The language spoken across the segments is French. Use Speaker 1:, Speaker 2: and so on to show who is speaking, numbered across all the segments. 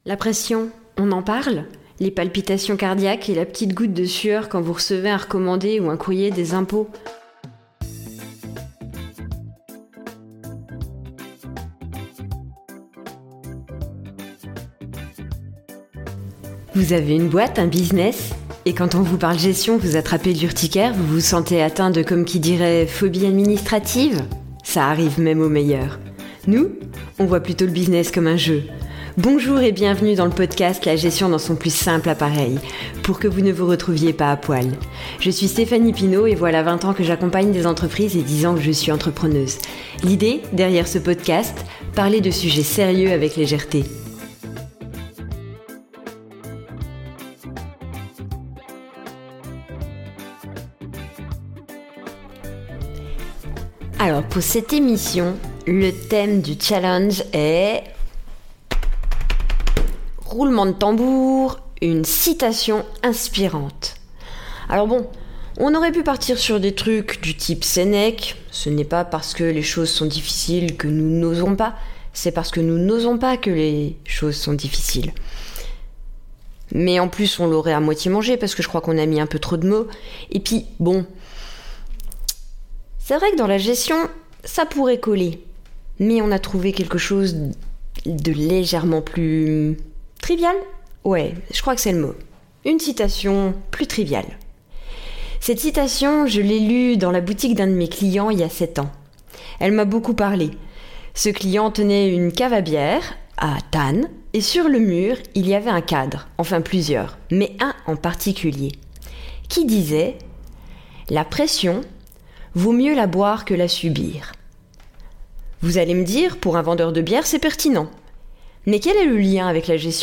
Speaker 1: La pression, on en parle ? Les palpitations cardiaques et la petite goutte de sueur quand vous recevez un recommandé ou un courrier des impôts ? Vous avez une boîte, un business ? Et quand on vous parle gestion, vous attrapez de l'urticaire, vous vous sentez atteint de, comme qui dirait, phobie administrative ? Ça arrive même aux meilleurs. Nous, on voit plutôt le business comme un jeu. Bonjour et bienvenue dans le podcast La gestion dans son plus simple appareil, pour que vous ne vous retrouviez pas à poil. Je suis Stéphanie Pinault et voilà 20 ans que j'accompagne des entreprises et 10 ans que je suis entrepreneuse. L'idée, derrière ce podcast, parler de sujets sérieux avec légèreté. Alors pour cette émission, le thème du challenge est... roulement de tambour, une citation inspirante. Alors bon, on aurait pu partir sur des trucs du type Sénèque. Ce n'est pas parce que les choses sont difficiles que nous n'osons pas, c'est parce que nous n'osons pas que les choses sont difficiles. Mais en plus, on l'aurait à moitié mangé parce que je crois qu'on a mis un peu trop de mots. Et puis, bon, c'est vrai que dans la gestion, ça pourrait coller. Mais on a trouvé quelque chose de légèrement plus... trivial ? Ouais, je crois que c'est le mot. Une citation plus triviale. Cette citation, je l'ai lue dans la boutique d'un de mes clients il y a 7 ans. Elle m'a beaucoup parlé. Ce client tenait une cave à bière à Tannes et sur le mur, il y avait un cadre, enfin plusieurs, mais un en particulier, qui disait « La pression, vaut mieux la boire que la subir ». Vous allez me dire, pour un vendeur de bière, c'est pertinent. Mais quel est le lien avec la gestion ?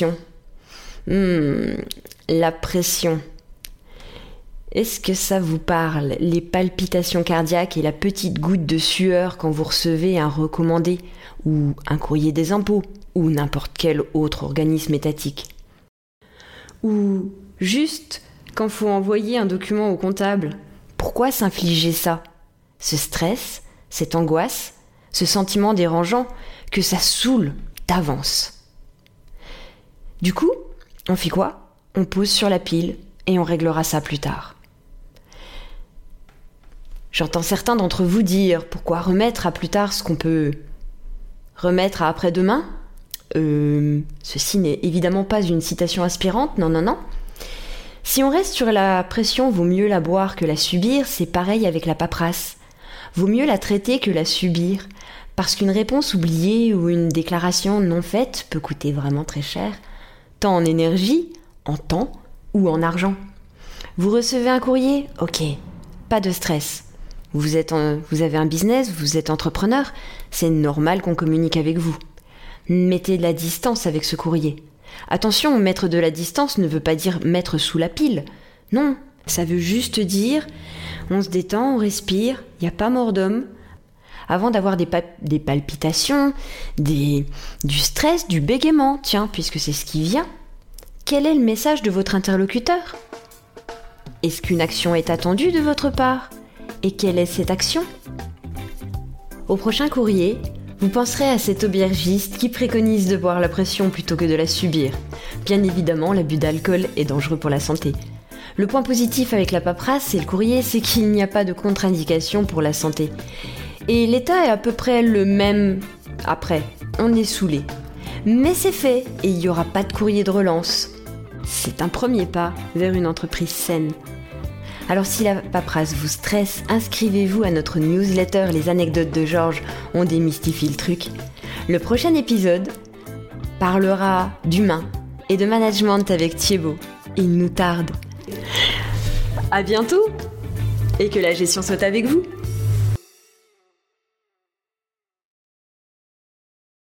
Speaker 1: La pression. Est-ce que ça vous parle, les palpitations cardiaques et la petite goutte de sueur quand vous recevez un recommandé ou un courrier des impôts ou n'importe quel autre organisme étatique ? Ou juste quand faut envoyer un document au comptable, pourquoi s'infliger ça ? Ce stress, cette angoisse, ce sentiment dérangeant que ça saoule d'avance. Du coup, on fait quoi ? On pose sur la pile et on réglera ça plus tard. J'entends certains d'entre vous dire pourquoi remettre à plus tard ce qu'on peut remettre à après-demain ? Ceci n'est évidemment pas une citation inspirante, non. Si on reste sur la pression, vaut mieux la boire que la subir, c'est pareil avec la paperasse. Vaut mieux la traiter que la subir, parce qu'une réponse oubliée ou une déclaration non faite peut coûter vraiment très cher, tant en énergie, en temps ou en argent. Vous recevez un courrier ? Ok, pas de stress. Vous avez un business, vous êtes entrepreneur, c'est normal qu'on communique avec vous. Mettez de la distance avec ce courrier. Attention, mettre de la distance ne veut pas dire mettre sous la pile. Non, ça veut juste dire on se détend, on respire, il n'y a pas mort d'homme. Avant d'avoir des palpitations, du stress, du bégaiement, tiens, puisque c'est ce qui vient. Quel est le message de votre interlocuteur ? Est-ce qu'une action est attendue de votre part ? Et quelle est cette action ? Au prochain courrier, vous penserez à cet aubergiste qui préconise de boire la pression plutôt que de la subir. Bien évidemment, l'abus d'alcool est dangereux pour la santé. Le point positif avec la paperasse et le courrier, c'est qu'il n'y a pas de contre-indication pour la santé. Et l'état est à peu près le même après. On est saoulé. Mais c'est fait et il n'y aura pas de courrier de relance. C'est un premier pas vers une entreprise saine. Alors si la paperasse vous stresse, inscrivez-vous à notre newsletter Les Anecdotes de Georges, on démystifie le truc. Le prochain épisode parlera d'humain et de management avec Thiébaut. Il nous tarde. À bientôt et que la gestion soit avec vous.